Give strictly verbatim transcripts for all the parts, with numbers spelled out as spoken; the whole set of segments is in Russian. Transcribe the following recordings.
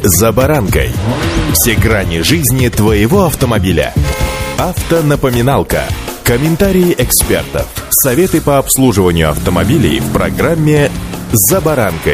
«За баранкой». Все грани жизни твоего автомобиля. Автонапоминалка. Комментарии экспертов. Советы по обслуживанию автомобилей в программе «За баранкой».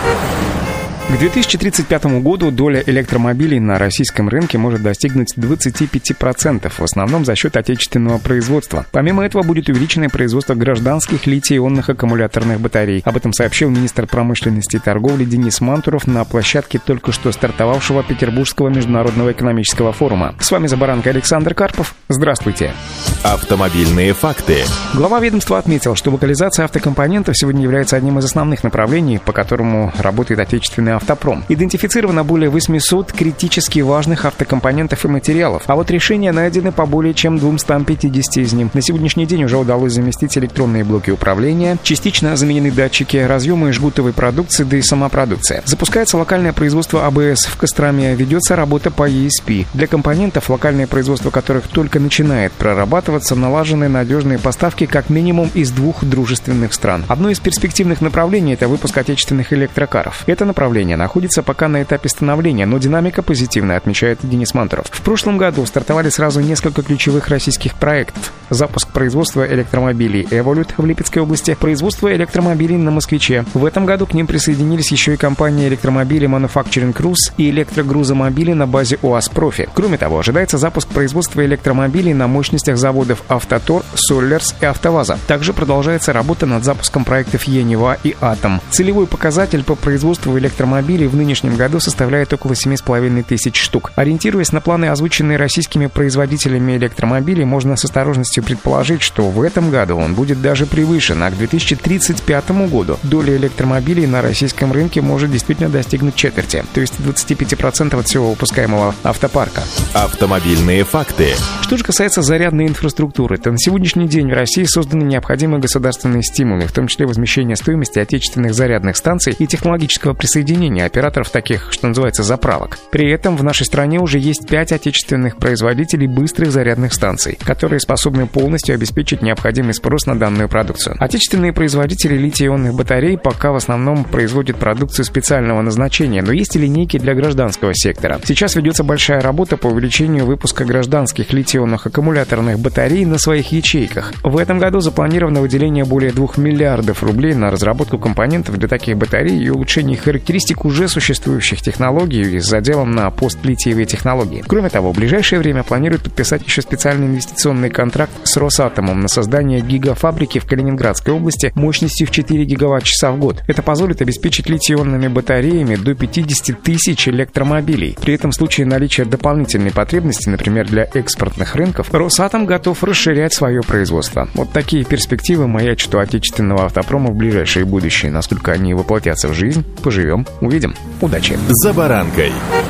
К две тысячи тридцать пятому году доля электромобилей на российском рынке может достигнуть двадцати пяти процентов, в основном за счет отечественного производства. Помимо этого будет увеличено производство гражданских литий-ионных аккумуляторных батарей. Об этом сообщил министр промышленности и торговли Денис Мантуров на площадке только что стартовавшего Петербургского международного экономического форума. С вами «За баранкой» Александр Карпов. Здравствуйте. Автомобильные факты. Глава ведомства отметил, что локализация автокомпонентов сегодня является одним из основных направлений, по которому работает отечественный автопром. Идентифицировано более восьмисот критически важных автокомпонентов и материалов, а вот решения найдены по более чем двумстам пятидесяти из них. На сегодняшний день уже удалось заместить электронные блоки управления, частично заменены датчики, разъемы жгутовой продукции, да и сама продукция. Запускается локальное производство а бэ эс в Костроме, ведется работа по и эс пи. Для компонентов, локальное производство которых только начинает прорабатываться, налажены надежные поставки как минимум из двух дружественных стран. Одно из перспективных направлений — это выпуск отечественных электрокаров. Это направление находится пока на этапе становления, но динамика позитивная, отмечает Денис Мантуров. В прошлом году стартовали сразу несколько ключевых российских проектов. Запуск производства электромобилей «Эволют» в Липецкой области, производство электромобилей на «Москвиче». В этом году к ним присоединились еще и компании электромобилей Manufacturing Cruise и электрогрузомобили на базе УАЗ «Профи». Кроме того, ожидается запуск производства электромобилей на мощностях заводов «Автотор», «Соллерс» и «АвтоВАЗа». Также продолжается работа над запуском проектов «Енева» и «Атом». Целевой показатель по производству электромобилей в нынешнем году составляет около семи с половиной тысяч штук. Ориентируясь на планы, озвученные российскими производителями электромобилей, можно с осторожностью предположить, что в этом году он будет даже превышен, а к две тысячи тридцать пятому году доля электромобилей на российском рынке может действительно достигнуть четверти, то есть двадцати пяти процентов от всего выпускаемого автопарка. Автомобильные факты. Что же касается зарядной инфраструктуры, то на сегодняшний день в России созданы необходимые государственные стимулы, в том числе возмещение стоимости отечественных зарядных станций и технологического присоединения операторов таких, что называется, заправок. При этом в нашей стране уже есть пять отечественных производителей быстрых зарядных станций, которые способны полностью обеспечить необходимый спрос на данную продукцию. Отечественные производители литий-ионных батарей пока в основном производят продукцию специального назначения, но есть и линейки для гражданского сектора. Сейчас ведется большая работа по увеличению выпуска гражданских литий-ионных аккумуляторных батарей на своих ячейках. В этом году запланировано выделение более двух миллиардов рублей на разработку компонентов для таких батарей и улучшение характеристик уже существующих технологий с заделом на постлитиевые технологии. Кроме того, в ближайшее время планируют подписать еще специальный инвестиционный контракт с Росатомом на создание гигафабрики в Калининградской области мощностью в четыре гигаватт-часа в год. Это позволит обеспечить литий-ионными батареями до пятидесяти тысяч электромобилей. При этом в случае наличия дополнительной потребности, например, для экспортных рынков, Росатом готов расширять свое производство. Вот такие перспективы маячат у отечественного автопрома в ближайшее будущее. Насколько они воплотятся в жизнь, поживем, увидим. Удачи! «За баранкой».